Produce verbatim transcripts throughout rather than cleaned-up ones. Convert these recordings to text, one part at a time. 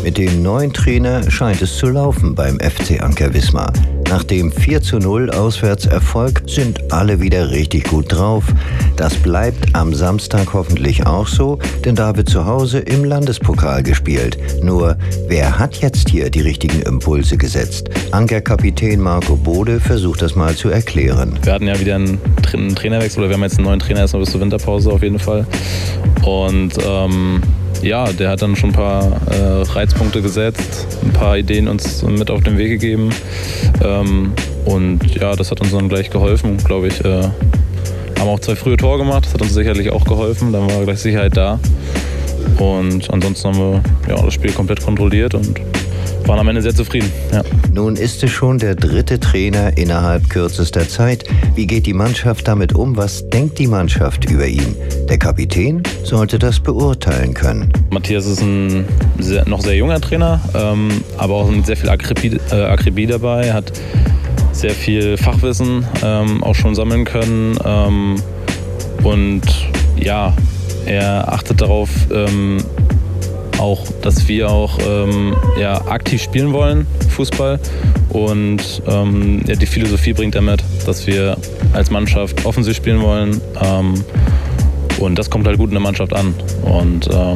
Mit dem neuen Trainer scheint es zu laufen beim F C Anker Wismar. Nach dem vier zu null Auswärtserfolg sind alle wieder richtig gut drauf. Das bleibt am Samstag hoffentlich auch so, denn da wird zu Hause im Landespokal gespielt. Nur, wer hat jetzt hier die richtigen Impulse gesetzt? Anker-Kapitän Marco Bode versucht das mal zu erklären. Wir hatten ja wieder einen, Tra- einen Trainerwechsel, oder wir haben jetzt einen neuen Trainer erstmal bis zur Winterpause auf jeden Fall. Und ähm, ja, der hat dann schon ein paar äh, Reizpunkte gesetzt, ein paar Ideen uns mit auf den Weg gegeben. Ähm, und ja, das hat uns dann gleich geholfen, glaube ich. Äh, haben auch zwei frühe Tore gemacht, das hat uns sicherlich auch geholfen, dann war gleich Sicherheit da. Und ansonsten haben wir ja, das Spiel komplett kontrolliert und waren am Ende sehr zufrieden. Ja. Nun ist es schon der dritte Trainer innerhalb kürzester Zeit. Wie geht die Mannschaft damit um? Was denkt die Mannschaft über ihn? Der Kapitän sollte das beurteilen können. Matthias ist ein sehr, noch sehr junger Trainer, ähm, aber auch mit sehr viel Akribie, äh, Akribie dabei. Er hat sehr viel Fachwissen ähm, auch schon sammeln können. Ähm, und ja, er achtet darauf, ähm, auch, dass wir auch ähm, ja, aktiv spielen wollen, Fußball. Und ähm, ja, die Philosophie bringt er mit, dass wir als Mannschaft offensiv spielen wollen. Ähm, und das kommt halt gut in der Mannschaft an. Und ähm,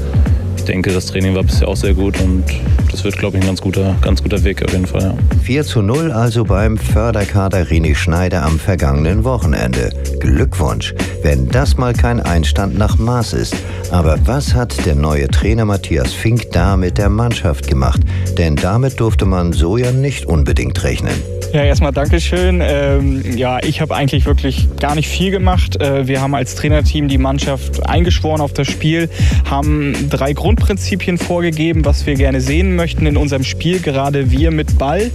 ich denke, das Training war bisher auch sehr gut und das wird, glaube ich, ein ganz guter, ganz guter Weg auf jeden Fall. Ja. vier zu null also beim Förderkader René Schneider am vergangenen Wochenende. Glückwunsch, wenn das mal kein Einstand nach Maß ist. Aber was hat der neue Trainer Matthias Fink da mit der Mannschaft gemacht? Denn damit durfte man so ja nicht unbedingt rechnen. Ja, erstmal Dankeschön. Ähm, ja, ich habe eigentlich wirklich gar nicht viel gemacht. Äh, wir haben als Trainerteam die Mannschaft eingeschworen auf das Spiel, haben drei Grundprinzipien vorgegeben, was wir gerne sehen möchten in unserem Spiel, gerade wir mit Ball.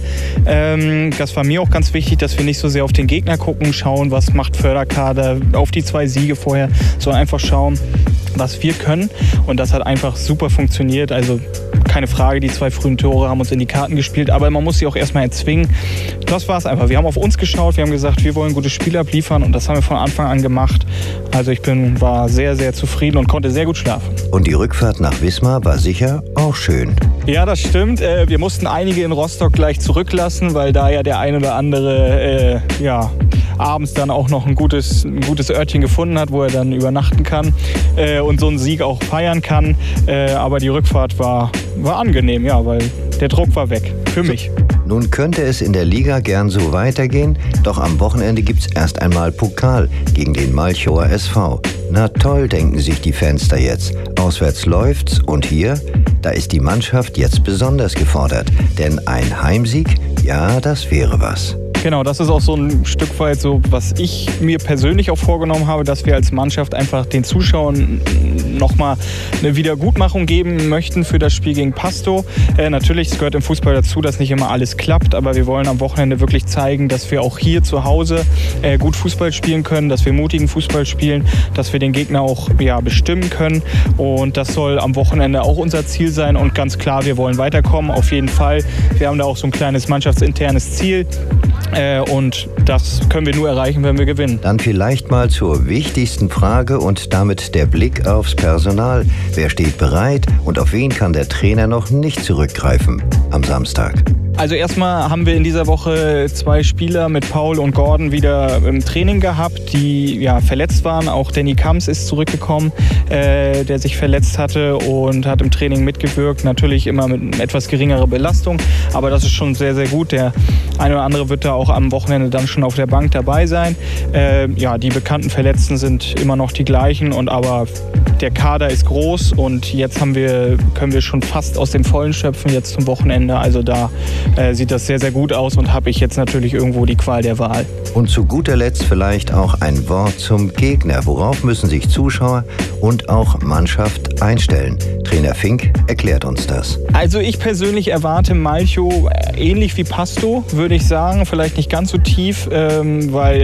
Ähm, das war mir auch ganz wichtig, dass wir nicht so sehr auf den Gegner gucken, schauen, was macht Förderkader, auf die zwei Siege vorher, sondern einfach schauen, was wir können. Und das hat einfach super funktioniert. Also keine Frage, die zwei frühen Tore haben uns in die Karten gespielt, aber man muss sie auch erstmal erzwingen. Das war es einfach. Wir haben auf uns geschaut, wir haben gesagt, wir wollen gute Spiele abliefern und das haben wir von Anfang an gemacht. Also ich bin, war sehr, sehr zufrieden und konnte sehr gut schlafen. Und die Rückfahrt nach Wismar war sicher auch schön. Ja, das stimmt. Wir mussten einige in Rostock gleich zurücklassen, weil da ja der ein oder andere äh, ja, abends dann auch noch ein gutes, ein gutes Örtchen gefunden hat, wo er dann übernachten kann äh, und so einen Sieg auch feiern kann. Äh, aber die Rückfahrt war, war angenehm, ja, weil der Druck war weg. Für mich. Nun könnte es in der Liga gern so weitergehen, doch am Wochenende gibt's erst einmal Pokal gegen den Malchower S V. Na toll, denken sich die Fans da jetzt. Auswärts läuft's und hier, da ist die Mannschaft jetzt besonders gefordert. Denn ein Heimsieg, ja, das wäre was. Genau, das ist auch so ein Stück weit so, was ich mir persönlich auch vorgenommen habe, dass wir als Mannschaft einfach den Zuschauern nochmal eine Wiedergutmachung geben möchten für das Spiel gegen Pasto. Äh, natürlich, es gehört im Fußball dazu, dass nicht immer alles klappt, aber wir wollen am Wochenende wirklich zeigen, dass wir auch hier zu Hause äh, gut Fußball spielen können, dass wir mutigen Fußball spielen, dass wir den Gegner auch ja, bestimmen können und das soll am Wochenende auch unser Ziel sein und ganz klar, wir wollen weiterkommen, auf jeden Fall. Wir haben da auch so ein kleines mannschaftsinternes Ziel. Äh, und das können wir nur erreichen, wenn wir gewinnen. Dann vielleicht mal zur wichtigsten Frage und damit der Blick aufs Personal. Wer steht bereit und auf wen kann der Trainer noch nicht zurückgreifen am Samstag? Also erstmal haben wir in dieser Woche zwei Spieler mit Paul und Gordon wieder im Training gehabt, die ja verletzt waren. Auch Danny Kams ist zurückgekommen, äh, der sich verletzt hatte und hat im Training mitgewirkt. Natürlich immer mit etwas geringerer Belastung, aber das ist schon sehr, sehr gut. Der eine oder andere wird da auch am Wochenende dann schon auf der Bank dabei sein. Äh, ja, die bekannten Verletzten sind immer noch die gleichen, und aber der Kader ist groß und jetzt haben wir, können wir schon fast aus dem Vollen schöpfen jetzt zum Wochenende. Also da äh, sieht das sehr, sehr gut aus und habe ich jetzt natürlich irgendwo die Qual der Wahl. Und zu guter Letzt vielleicht auch ein Wort zum Gegner. Worauf müssen sich Zuschauer und auch Mannschaft einstellen? Trainer Fink erklärt uns das. Also ich persönlich erwarte Malchow ähnlich wie Pasto, würde ich sagen. Vielleicht nicht ganz so tief, ähm, weil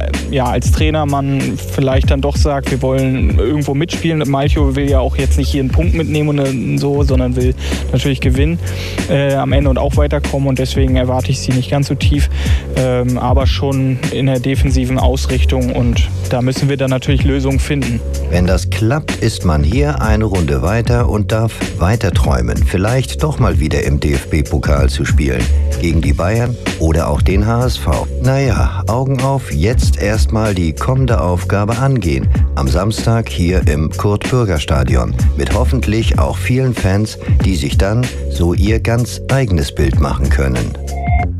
ja, als Trainer man vielleicht dann doch sagt, wir wollen irgendwo mitspielen. Malchow will ja auch jetzt nicht hier einen Punkt mitnehmen und so, sondern will natürlich gewinnen äh, am Ende und auch weiterkommen. Und deswegen erwarte ich sie nicht ganz so tief, ähm, aber schon in der defensiven Ausrichtung. Und da müssen wir dann natürlich Lösungen finden. Wenn das klappt, ist man hier eine Runde weiter und darf weiter träumen, vielleicht doch mal wieder im D F B-Pokal zu spielen. Gegen die Bayern oder auch den H S V. Naja, Augen auf, jetzt erstmal die kommende Aufgabe angehen. Am Samstag hier im Kurt-Bürger-Stadion. Mit hoffentlich auch vielen Fans, die sich dann so ihr ganz eigenes Bild machen können.